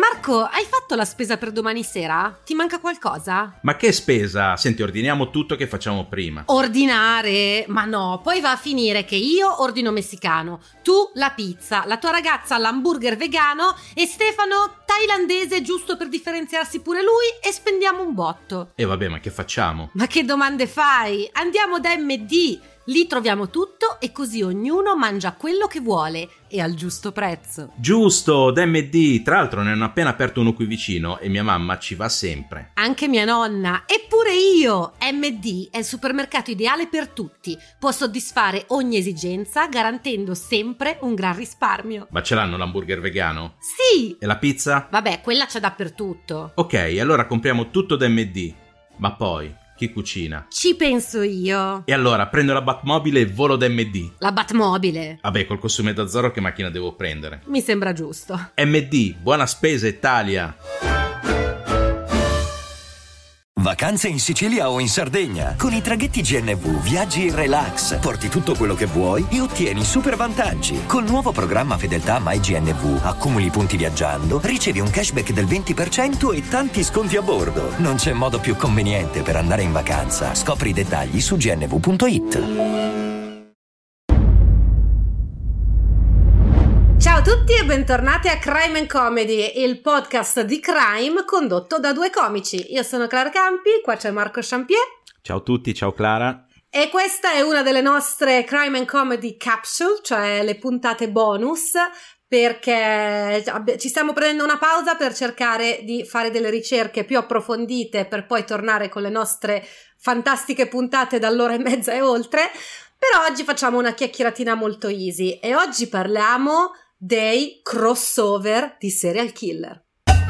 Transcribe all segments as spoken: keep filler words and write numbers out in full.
Marco, hai fatto la spesa per domani sera? Ti manca qualcosa? Ma che spesa? Senti, ordiniamo tutto che facciamo prima. Ordinare? Ma no, poi va a finire che io ordino messicano, tu la pizza, la tua ragazza l'hamburger vegano e Stefano thailandese, giusto per differenziarsi pure lui, e spendiamo un botto. E vabbè, ma che facciamo? Ma che domande fai? Andiamo da emme di, lì troviamo tutto e così ognuno mangia quello che vuole e al giusto prezzo. Giusto, da emme di, tra l'altro ne hanno appena aperto uno qui vicino e mia mamma ci va sempre. Anche mia nonna, eppure io. emme di è il supermercato ideale per tutti, può soddisfare ogni esigenza garantendo sempre un gran risparmio. Ma ce l'hanno l'hamburger vegano? Sì! E la pizza? Vabbè, quella c'è dappertutto. Ok, allora compriamo tutto da emme di, ma poi chi cucina? Ci penso io. E allora prendo la Batmobile e volo da emme di. La Batmobile? Vabbè, col costume da Zorro che macchina devo prendere? Mi sembra giusto. emme di, buona spesa Italia! Vacanze in Sicilia o in Sardegna. Con i traghetti gi enne vu viaggi in relax, porti tutto quello che vuoi e ottieni super vantaggi. Col nuovo programma Fedeltà MyGNV accumuli punti viaggiando, ricevi un cashback del venti per cento e tanti sconti a bordo. Non c'è modo più conveniente per andare in vacanza. Scopri i dettagli su gi enne vu punto it. Ciao a tutti e bentornati a Crime and Comedy, il podcast di crime condotto da due comici. Io sono Clara Campi, qua c'è Marco Champier. Ciao a tutti, ciao Clara. E questa è una delle nostre Crime and Comedy capsule, cioè le puntate bonus, perché ci stiamo prendendo una pausa per cercare di fare delle ricerche più approfondite per poi tornare con le nostre fantastiche puntate dall'ora e mezza e oltre. Però oggi facciamo una chiacchieratina molto easy e oggi parliamo dei crossover di serial killer.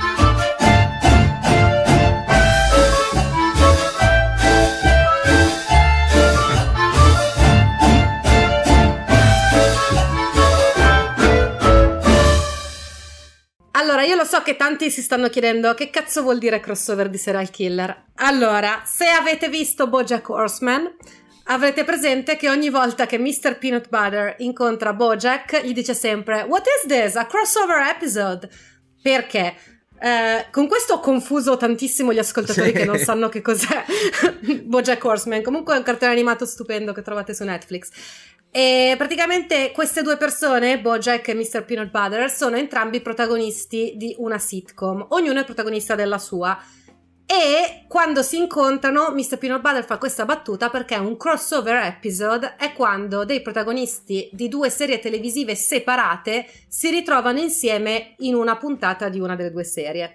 Allora, io lo so che tanti si stanno chiedendo che cazzo vuol dire crossover di serial killer. Allora, se avete visto BoJack Horseman, avrete presente che ogni volta che mister Peanut Butter incontra BoJack gli dice sempre "What is this? A crossover episode?" Perché? Eh, con questo ho confuso tantissimo gli ascoltatori sì. Che non sanno che cos'è BoJack Horseman. Comunque è un cartone animato stupendo che trovate su Netflix. E praticamente queste due persone, BoJack e mister Peanut Butter, sono entrambi protagonisti di una sitcom. Ognuno è protagonista della sua. E quando si incontrano mister Peanut Butter fa questa battuta perché un crossover episode è quando dei protagonisti di due serie televisive separate si ritrovano insieme in una puntata di una delle due serie.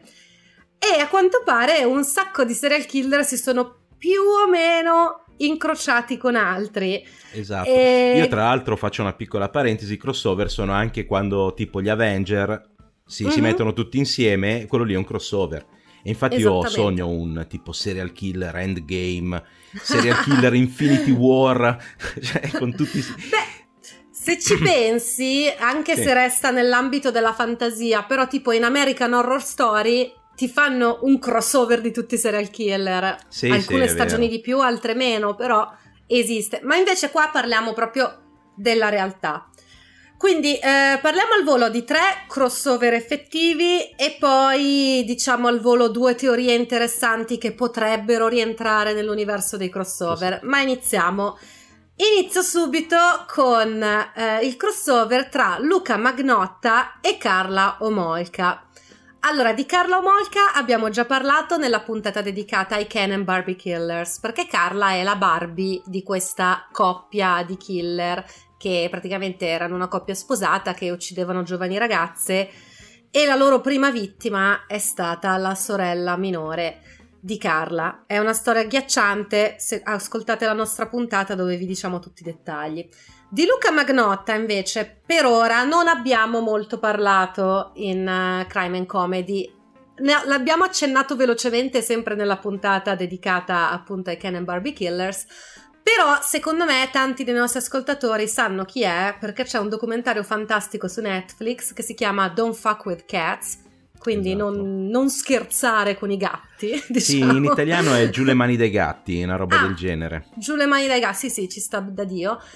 E a quanto pare un sacco di serial killer si sono più o meno incrociati con altri. Esatto. E... Io tra l'altro faccio una piccola parentesi, crossover sono anche quando tipo gli Avenger si, mm-hmm. si mettono tutti insieme, quello lì è un crossover. E infatti io sogno un tipo serial killer Endgame, serial killer Infinity War, cioè con tutti... Beh, se ci pensi, anche sì. se resta nell'ambito della fantasia, però tipo in American Horror Story ti fanno un crossover di tutti i serial killer. Sì, alcune sì, stagioni di più, altre meno, però esiste. Ma invece qua parliamo proprio della realtà. Quindi eh, parliamo al volo di tre crossover effettivi e poi diciamo al volo due teorie interessanti che potrebbero rientrare nell'universo dei crossover. Ma iniziamo. Inizio subito con eh, il crossover tra Luca Magnotta e Karla Homolka. Allora, di Karla Homolka abbiamo già parlato nella puntata dedicata ai Ken and Barbie Killers, perché Karla è la Barbie di questa coppia di killer che praticamente erano una coppia sposata che uccidevano giovani ragazze e la loro prima vittima è stata la sorella minore di Karla. È una storia agghiacciante, se ascoltate la nostra puntata dove vi diciamo tutti i dettagli. Di Luca Magnotta invece per ora non abbiamo molto parlato in uh, Crime and Comedy. Ne, l'abbiamo accennato velocemente sempre nella puntata dedicata appunto ai Ken and Barbie Killers. Però secondo me tanti dei nostri ascoltatori sanno chi è perché c'è un documentario fantastico su Netflix che si chiama Don't Fuck With Cats, quindi esatto. non, non scherzare con i gatti, diciamo. Sì, in italiano è Giù le mani dai gatti, una roba ah, del genere. Giù le mani dai gatti, sì sì, ci sta da Dio.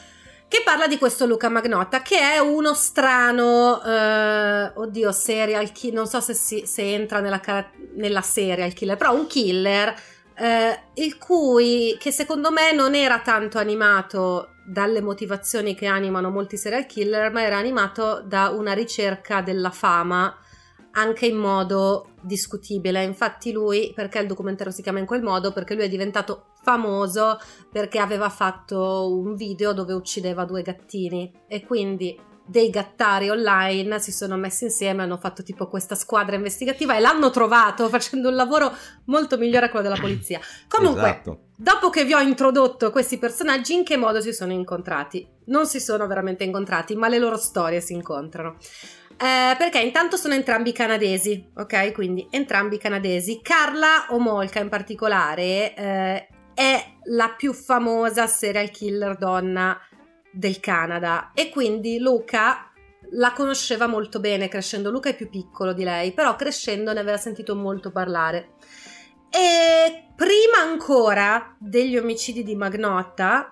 che parla di questo Luca Magnotta, che è uno strano, eh, oddio, serial killer, non so se, si, se entra nella, nella serial killer, però un killer, eh, il cui, che secondo me non era tanto animato dalle motivazioni che animano molti serial killer, ma era animato da una ricerca della fama, anche in modo discutibile. Infatti lui, perché il documentario si chiama in quel modo? Perché lui è diventato famoso perché aveva fatto un video dove uccideva due gattini, e quindi dei gattari online si sono messi insieme e hanno fatto tipo questa squadra investigativa e l'hanno trovato facendo un lavoro molto migliore a quello della polizia. Comunque, esatto. Dopo che vi ho introdotto questi personaggi, in che modo si sono incontrati? Non si sono veramente incontrati, ma le loro storie si incontrano. Eh, perché intanto sono entrambi canadesi, ok? Quindi entrambi canadesi. Carla Homolka in particolare eh, è la più famosa serial killer donna del Canada, e quindi Luca la conosceva molto bene crescendo. Luca è più piccolo di lei, però crescendo ne aveva sentito molto parlare. E prima ancora degli omicidi di Magnotta,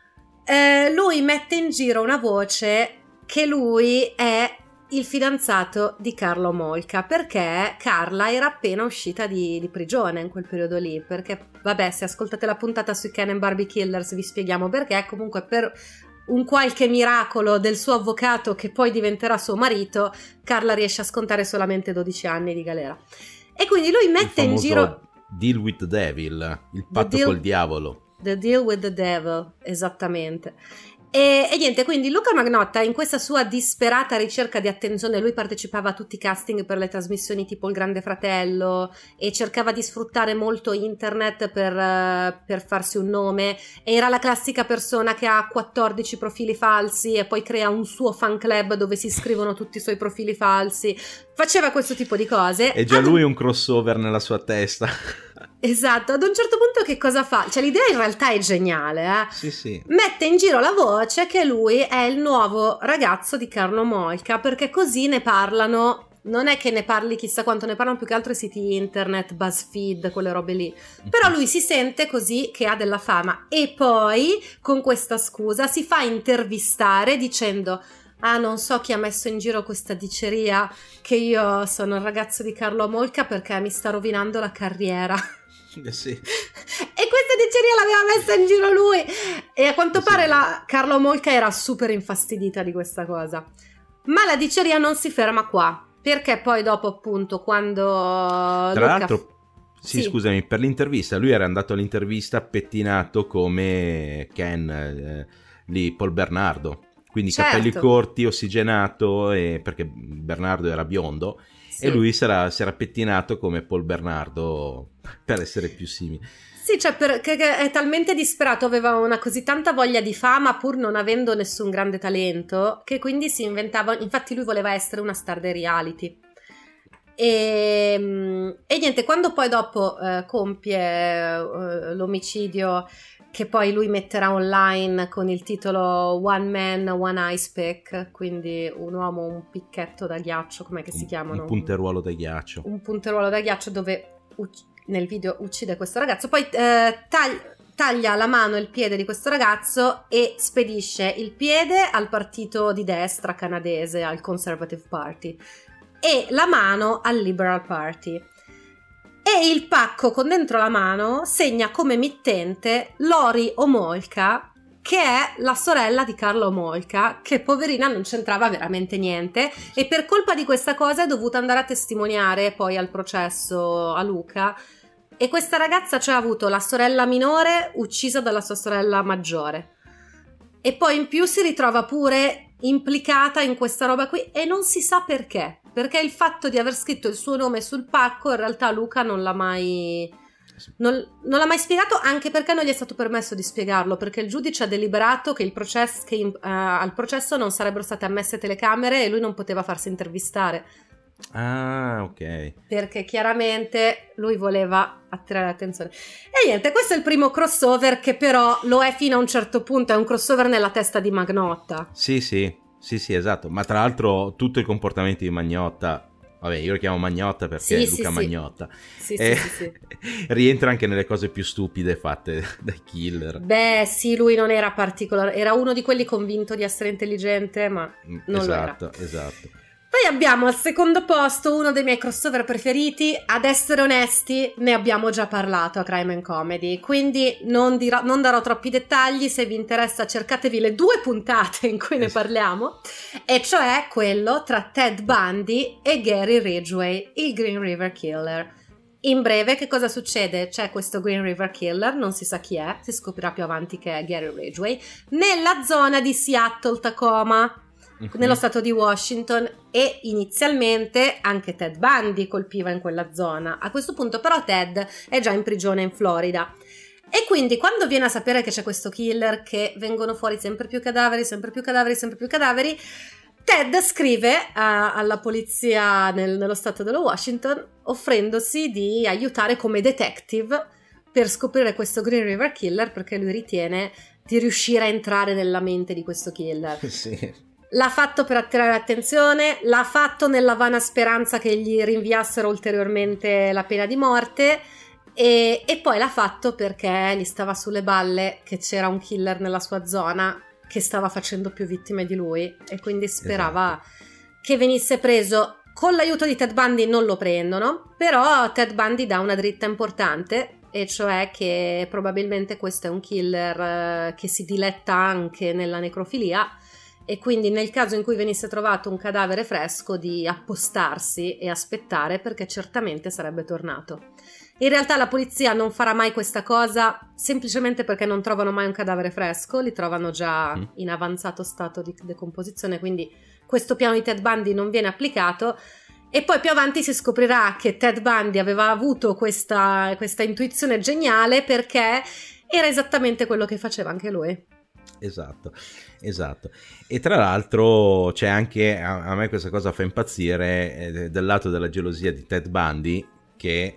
eh, lui mette in giro una voce che lui è il fidanzato di Carla Homolka, perché Carla era appena uscita di, di prigione in quel periodo lì, perché vabbè, se ascoltate la puntata sui Ken and Barbie Killers vi spieghiamo perché. Comunque, per un qualche miracolo del suo avvocato che poi diventerà suo marito, Carla riesce a scontare solamente dodici anni di galera, e quindi lui mette in giro Deal with the Devil, il patto deal, col diavolo. The Deal with the Devil, esattamente. E, e niente, quindi Luca Magnotta, in questa sua disperata ricerca di attenzione, lui partecipava a tutti i casting per le trasmissioni tipo Il Grande Fratello e cercava di sfruttare molto internet per, uh, per farsi un nome. Era la classica persona che ha quattordici profili falsi e poi crea un suo fan club dove si scrivono tutti i suoi profili falsi. Faceva questo tipo di cose. E già Ad... lui un crossover nella sua testa. Esatto, ad un certo punto che cosa fa? Cioè l'idea in realtà è geniale, eh? Sì, sì. Mette in giro la voce che lui è il nuovo ragazzo di Carla Homolka, perché così ne parlano, non è che ne parli chissà quanto, ne parlano più che altro i siti internet, BuzzFeed, quelle robe lì. Però lui si sente così che ha della fama, e poi con questa scusa si fa intervistare dicendo: ah, non so chi ha messo in giro questa diceria che io sono il ragazzo di Carla Homolka perché mi sta rovinando la carriera. Eh sì. E questa diceria l'aveva messa in giro lui, e a quanto eh pare sì. la Carla Homolka era super infastidita di questa cosa. Ma la diceria non si ferma qua, perché poi dopo, appunto, quando tra Luca... l'altro sì, sì, scusami, per l'intervista lui era andato all'intervista pettinato come Ken eh, lì, Paul Bernardo, quindi certo. Capelli corti, ossigenato, e perché Bernardo era biondo. Sì. E lui sarà, si era pettinato come Paul Bernardo per essere più simile. Sì, cioè perché è talmente disperato, aveva una così tanta voglia di fama pur non avendo nessun grande talento, che quindi si inventava, infatti lui voleva essere una star dei reality. E, e niente, quando poi dopo eh, compie eh, l'omicidio che poi lui metterà online con il titolo One Man, One Ice Pick, quindi un uomo, un picchetto da ghiaccio, com'è che un, si chiamano? Un punteruolo da ghiaccio. Un punteruolo da ghiaccio, dove ucc- nel video uccide questo ragazzo, poi eh, taglia, taglia la mano e il piede di questo ragazzo e spedisce il piede al partito di destra canadese, al Conservative Party, e la mano al Liberal Party. E il pacco con dentro la mano segna come mittente Lori Homolka, che è la sorella di Carla Homolka, che poverina non c'entrava veramente niente, e per colpa di questa cosa è dovuta andare a testimoniare poi al processo a Luca. E questa ragazza, cioè, ha avuto la sorella minore uccisa dalla sua sorella maggiore, e poi in più si ritrova pure implicata in questa roba qui, e non si sa perché. Perché il fatto di aver scritto il suo nome sul pacco in realtà Luca non l'ha mai non, non l'ha mai spiegato, anche perché non gli è stato permesso di spiegarlo, perché il giudice ha deliberato che, il processo, che uh, al processo non sarebbero state ammesse telecamere e lui non poteva farsi intervistare. Ah, ok. Perché chiaramente lui voleva attirare l'attenzione. E niente, questo è il primo crossover, che però lo è fino a un certo punto, è un crossover nella testa di Magnotta. Sì, sì. Sì, sì, esatto, ma tra l'altro tutto il comportamento di Magnotta vabbè, io lo chiamo Magnotta perché sì, è Luca sì, Magnotta, sì, e sì, sì, sì. rientra anche nelle cose più stupide fatte dai killer. Beh sì, lui non era particolare, era uno di quelli convinto di essere intelligente, ma non esatto, lo era. Esatto. Poi abbiamo al secondo posto uno dei miei crossover preferiti. Ad essere onesti, ne abbiamo già parlato a Crime and Comedy, quindi non, dirò, non darò troppi dettagli. Se vi interessa, cercatevi le due puntate in cui ne parliamo, e cioè quello tra Ted Bundy e Gary Ridgway, il Green River Killer. In breve, che cosa succede? C'è questo Green River Killer, non si sa chi è, si scoprirà più avanti che è Gary Ridgway, nella zona di Seattle, Tacoma, nello stato di Washington, e inizialmente anche Ted Bundy colpiva in quella zona. A questo punto però Ted è già in prigione in Florida, e quindi quando viene a sapere che c'è questo killer, che vengono fuori sempre più cadaveri, sempre più cadaveri, sempre più cadaveri, Ted scrive a, alla polizia nel, nello stato dello Washington offrendosi di aiutare come detective per scoprire questo Green River Killer, perché lui ritiene di riuscire a entrare nella mente di questo killer. Sì. L'ha fatto per attirare l'attenzione, l'ha fatto nella vana speranza che gli rinviassero ulteriormente la pena di morte, e, e poi l'ha fatto perché gli stava sulle balle che c'era un killer nella sua zona che stava facendo più vittime di lui, e quindi sperava esatto. che venisse preso. Con l'aiuto di Ted Bundy non lo prendono, però Ted Bundy dà una dritta importante, e cioè che probabilmente questo è un killer che si diletta anche nella necrofilia, e quindi nel caso in cui venisse trovato un cadavere fresco di appostarsi e aspettare, perché certamente sarebbe tornato. In realtà la polizia non farà mai questa cosa semplicemente perché non trovano mai un cadavere fresco, li trovano già in avanzato stato di decomposizione, quindi questo piano di Ted Bundy non viene applicato. E poi più avanti si scoprirà che Ted Bundy aveva avuto questa, questa intuizione geniale, perché era esattamente quello che faceva anche lui. Esatto, esatto. E tra l'altro c'è anche, a, a me questa cosa fa impazzire, eh, dal lato della gelosia di Ted Bundy, che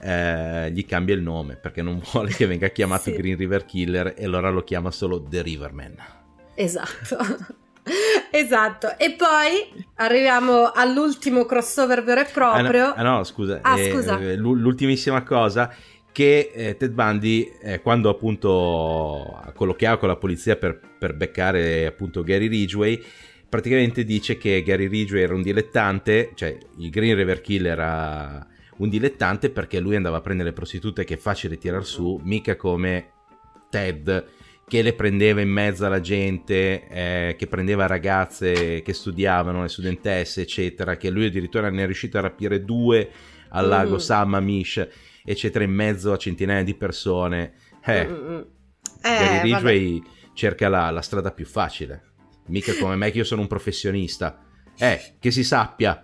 eh, gli cambia il nome perché non vuole che venga chiamato sì. Green River Killer, e allora lo chiama solo The Riverman. Esatto. Esatto. E poi arriviamo all'ultimo crossover vero e proprio. Ah no, ah no scusa, ah, eh, scusa. l'ultimissima cosa, che eh, Ted Bundy eh, quando appunto colloquiava con la polizia per, per beccare appunto Gary Ridgway, praticamente dice che Gary Ridgway era un dilettante, cioè il Green River Killer era un dilettante perché lui andava a prendere le prostitute che è facile tirar su, mica come Ted che le prendeva in mezzo alla gente, eh, che prendeva ragazze che studiavano, le studentesse eccetera, che lui addirittura ne è riuscito a rapire due al lago mm. Sammamish eccetera, in mezzo a centinaia di persone. eh, mm. eh Gary Ridgway vabbè. cerca la, la strada più facile, mica come me che io sono un professionista, eh che si sappia.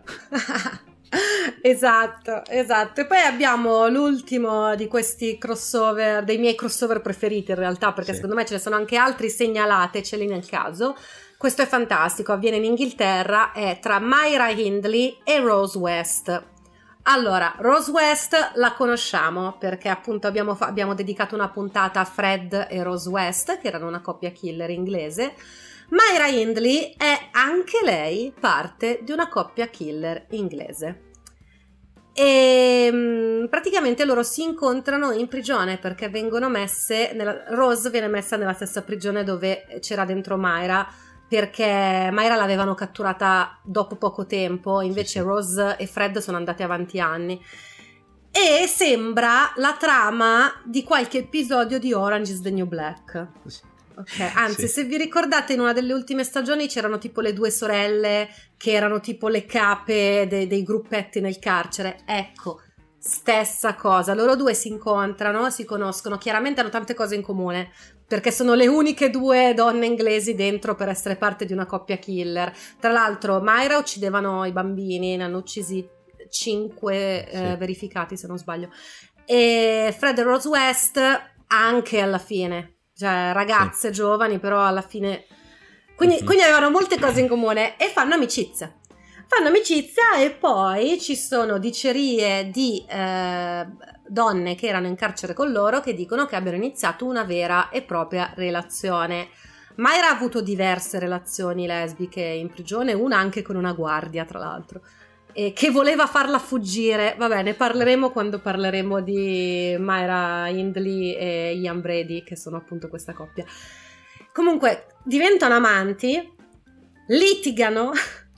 Esatto, esatto. E poi abbiamo l'ultimo di questi crossover, dei miei crossover preferiti in realtà, perché sì. secondo me ce ne sono anche altri segnalateceli nel caso. Questo è fantastico, avviene in Inghilterra, è tra Myra Hindley e Rose West. Allora, Rose West la conosciamo perché appunto abbiamo, fa- abbiamo dedicato una puntata a Fred e Rose West, che erano una coppia killer inglese. Myra Hindley è anche lei parte di una coppia killer inglese. E mh, praticamente loro si incontrano in prigione perché vengono messe nella, Rose viene messa nella stessa prigione dove c'era dentro Myra, perché Myra l'avevano catturata dopo poco tempo, invece sì, sì. Rose e Fred sono andati avanti anni, e sembra la trama di qualche episodio di Orange is the New Black. Sì. Okay. Anzi, sì. se vi ricordate, in una delle ultime stagioni c'erano tipo le due sorelle che erano tipo le cape de- dei gruppetti nel carcere. Ecco, stessa cosa, loro due si incontrano, si conoscono, chiaramente hanno tante cose in comune perché sono le uniche due donne inglesi dentro per essere parte di una coppia killer. Tra l'altro Myra uccidevano i bambini, ne hanno uccisi cinque sì. eh, verificati se non sbaglio, e Fred e Rose West anche alla fine, cioè ragazze sì. giovani, però alla fine quindi, mm-hmm. quindi avevano molte cose in comune e fanno amicizia fanno amicizia e poi ci sono dicerie di eh, donne che erano in carcere con loro che dicono che abbiano iniziato una vera e propria relazione. Myra ha avuto diverse relazioni lesbiche in prigione, una anche con una guardia tra l'altro, e che voleva farla fuggire. Vabbè, ne parleremo quando parleremo di Myra Hindley e Ian Brady, che sono appunto questa coppia. Comunque diventano amanti, litigano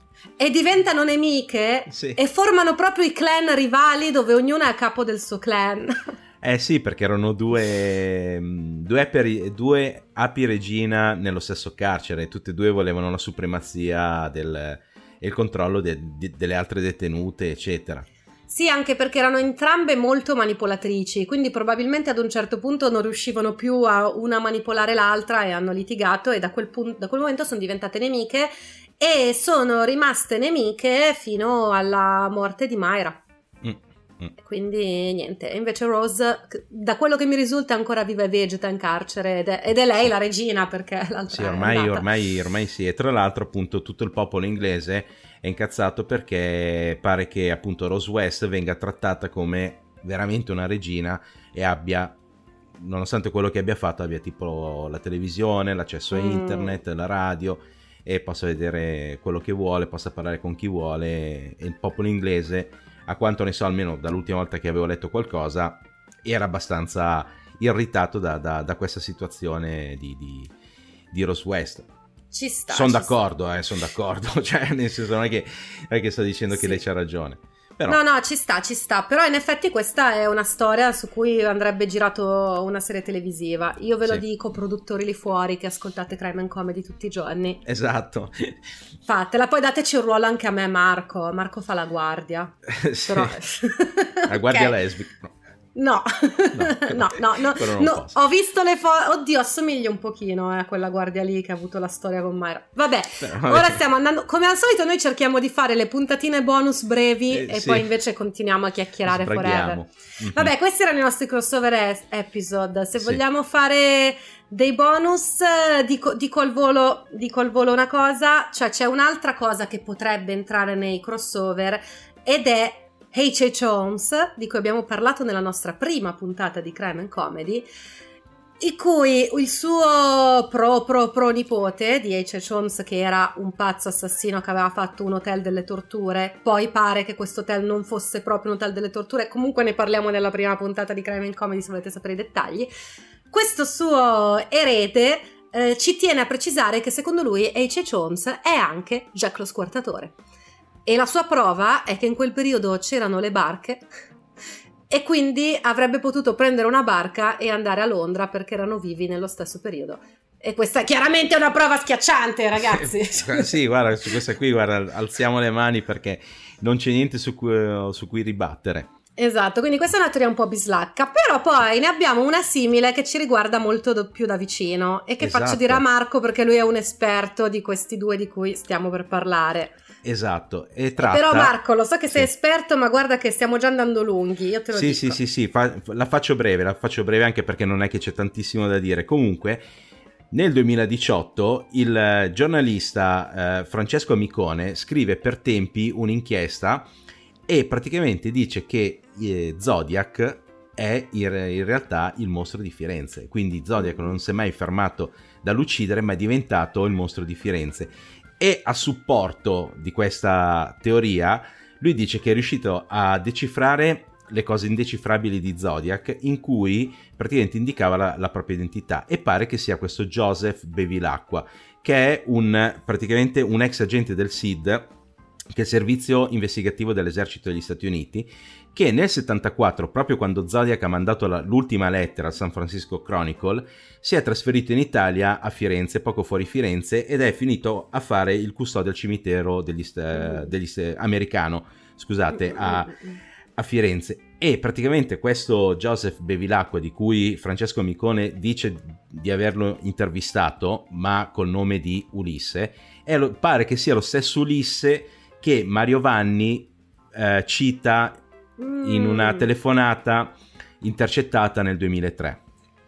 e diventano nemiche, sì. E formano proprio i clan rivali dove ognuno è a capo del suo clan. Eh sì, perché erano due, due, api, due api regina nello stesso carcere, tutte e due volevano la supremazia del... e il controllo de, de, delle altre detenute, eccetera. Sì, anche perché erano entrambe molto manipolatrici, quindi probabilmente ad un certo punto non riuscivano più a una manipolare l'altra e hanno litigato, e da quel, punto, da quel momento sono diventate nemiche e sono rimaste nemiche fino alla morte di Myra. Mm. Mm. Quindi niente, invece Rose, da quello che mi risulta, ancora vive e vegeta in carcere ed è, ed è lei la regina, perché l'altra sì, ormai, ormai, ormai sì. E tra l'altro appunto tutto il popolo inglese è incazzato perché pare che appunto Rose West venga trattata come veramente una regina e abbia, nonostante quello che abbia fatto, abbia tipo la televisione, l'accesso a internet, mm. la radio, e possa vedere quello che vuole, possa parlare con chi vuole. E il popolo inglese, a quanto ne so, almeno dall'ultima volta che avevo letto qualcosa, era abbastanza irritato da, da, da questa situazione di, di, di Rose West. Ci sta. Sono d'accordo, eh, sono d'accordo. Cioè, nel senso, non è che, non è che sto dicendo sì. che lei c'ha ragione. Però... No, no, ci sta, ci sta. Però in effetti questa è una storia su cui andrebbe girato una serie televisiva. Io ve lo sì. dico, produttori lì fuori che ascoltate Crime and Comedy tutti i giorni. Esatto. Fatela, poi dateci un ruolo anche a me, Marco. Marco fa la guardia. sì. Però... la guardia okay. lesbica. No, no, no, no, no, no. Ho visto le foto. Oddio, assomiglia un pochino eh, a quella guardia lì che ha avuto la storia con Myra. Vabbè, Però, ora stiamo andando. Come al solito, noi cerchiamo di fare le puntatine bonus brevi eh, e sì. poi invece continuiamo a chiacchierare forever. Mm-hmm. Vabbè, questi erano i nostri crossover episode. Se sì. vogliamo fare dei bonus, dico, dico, al volo, dico al volo una cosa: cioè, c'è un'altra cosa che potrebbe entrare nei crossover ed è H H. Holmes, di cui abbiamo parlato nella nostra prima puntata di Crime and Comedy, in cui il suo pro pro pro nipote di H H. Holmes, che era un pazzo assassino che aveva fatto un hotel delle torture, poi pare che questo hotel non fosse proprio un hotel delle torture, comunque ne parliamo nella prima puntata di Crime and Comedy se volete sapere i dettagli. Questo suo erede eh, ci tiene a precisare che secondo lui H H. Holmes è anche Jack lo Squartatore. E la sua prova è che in quel periodo c'erano le barche e quindi avrebbe potuto prendere una barca e andare a Londra perché erano vivi nello stesso periodo. E questa è chiaramente una prova schiacciante, ragazzi. Sì, guarda, su questa qui, guarda, alziamo le mani perché non c'è niente su cui, su cui ribattere. Esatto, quindi questa è una teoria un po' bislacca, però poi ne abbiamo una simile che ci riguarda molto do- più da vicino e che esatto. faccio dire a Marco perché lui è un esperto di questi due di cui stiamo per parlare. Esatto, e tratta... Però Marco, lo so che sei sì. esperto, ma guarda che stiamo già andando lunghi, io te lo sì, dico. Sì, sì, sì, fa... la faccio breve, la faccio breve anche perché non è che c'è tantissimo da dire. Comunque, nel duemiladiciotto il giornalista eh, Francesco Micone scrive per Tempi un'inchiesta e praticamente dice che eh, Zodiac è in, in realtà il mostro di Firenze. Quindi Zodiac non si è mai fermato dall'uccidere, ma è diventato il mostro di Firenze. E a supporto di questa teoria lui dice che è riuscito a decifrare le cose indecifrabili di Zodiac, in cui praticamente indicava la, la propria identità, e pare che sia questo Joseph Bevilacqua, che è un praticamente un ex agente del S I D, che è il servizio investigativo dell'esercito degli Stati Uniti, che nel settantaquattro, proprio quando Zodiac ha mandato la, l'ultima lettera al San Francisco Chronicle, si è trasferito in Italia, a Firenze, poco fuori Firenze, ed è finito a fare il custode al cimitero degli, degli americano, scusate, a, a Firenze. E praticamente questo Joseph Bevilacqua, di cui Francesco Micone dice di averlo intervistato, ma col nome di Ulisse, è lo, pare che sia lo stesso Ulisse che Mario Vanni eh, cita in una telefonata intercettata nel duemilatré.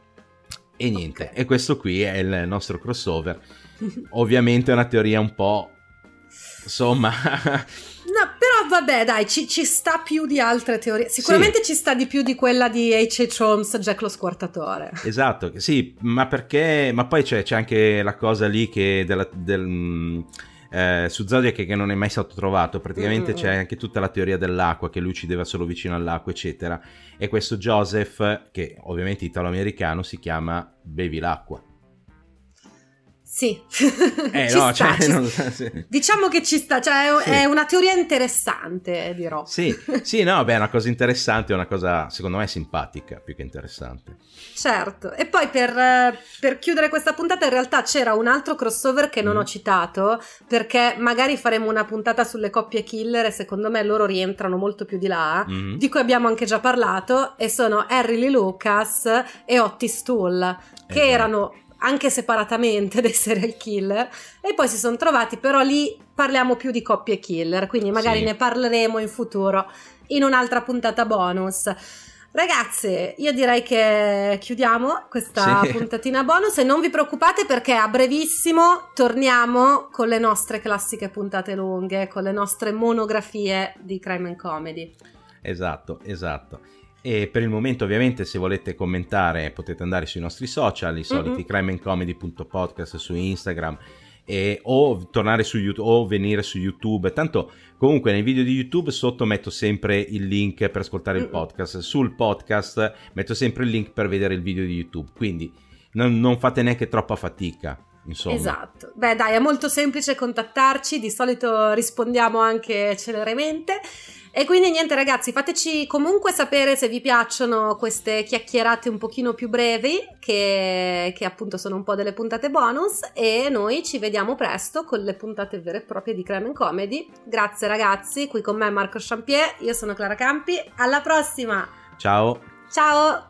E niente, okay. E questo qui è il nostro crossover. Ovviamente è una teoria un po', insomma... No, però vabbè, dai, ci, ci sta più di altre teorie. Sicuramente sì. Ci sta di più di quella di H H. Holmes, Jack lo Squartatore. Esatto, sì, ma perché... Ma poi c'è, c'è anche la cosa lì che della, del, eh, su Zodiac che non è mai stato trovato. Praticamente mm. c'è anche tutta la teoria dell'acqua, che lui uccideva solo vicino all'acqua eccetera, e questo Joseph, che ovviamente italo-americano, si chiama Bevi l'acqua. Sì, eh, ci no, sta, cioè, ci non... sta. Diciamo che ci sta, cioè sì. È una teoria interessante, dirò. Sì, sì, no, beh, è una cosa interessante, è una cosa secondo me simpatica più che interessante. Certo, e poi per, per chiudere questa puntata in realtà c'era un altro crossover che non mm. ho citato, perché magari faremo una puntata sulle coppie killer e secondo me loro rientrano molto più di là, mm. di cui abbiamo anche già parlato, e sono Harry Lee Lucas e Otis Toole, che eh, erano... anche separatamente dei serial killer, e poi si sono trovati, però lì parliamo più di coppie killer, quindi magari sì. ne parleremo in futuro in un'altra puntata bonus. Ragazze, io direi che chiudiamo questa sì. puntatina bonus, e non vi preoccupate perché a brevissimo torniamo con le nostre classiche puntate lunghe, con le nostre monografie di crime and comedy. Esatto, esatto. E per il momento ovviamente se volete commentare potete andare sui nostri social, i soliti mm-hmm. crime and comedy punto podcast su Instagram, e, o tornare su YouTube o venire su YouTube. Tanto comunque nei video di YouTube sotto metto sempre il link per ascoltare mm-hmm. il podcast, sul podcast metto sempre il link per vedere il video di YouTube, quindi non, non fate neanche troppa fatica. Insomma. Esatto, beh dai, è molto semplice contattarci, di solito rispondiamo anche celermente. E quindi niente ragazzi, fateci comunque sapere se vi piacciono queste chiacchierate un pochino più brevi, che, che appunto sono un po' delle puntate bonus, e noi ci vediamo presto con le puntate vere e proprie di Crime and Comedy. Grazie ragazzi, qui con me Marco Champier, io sono Clara Campi, alla prossima! Ciao! Ciao!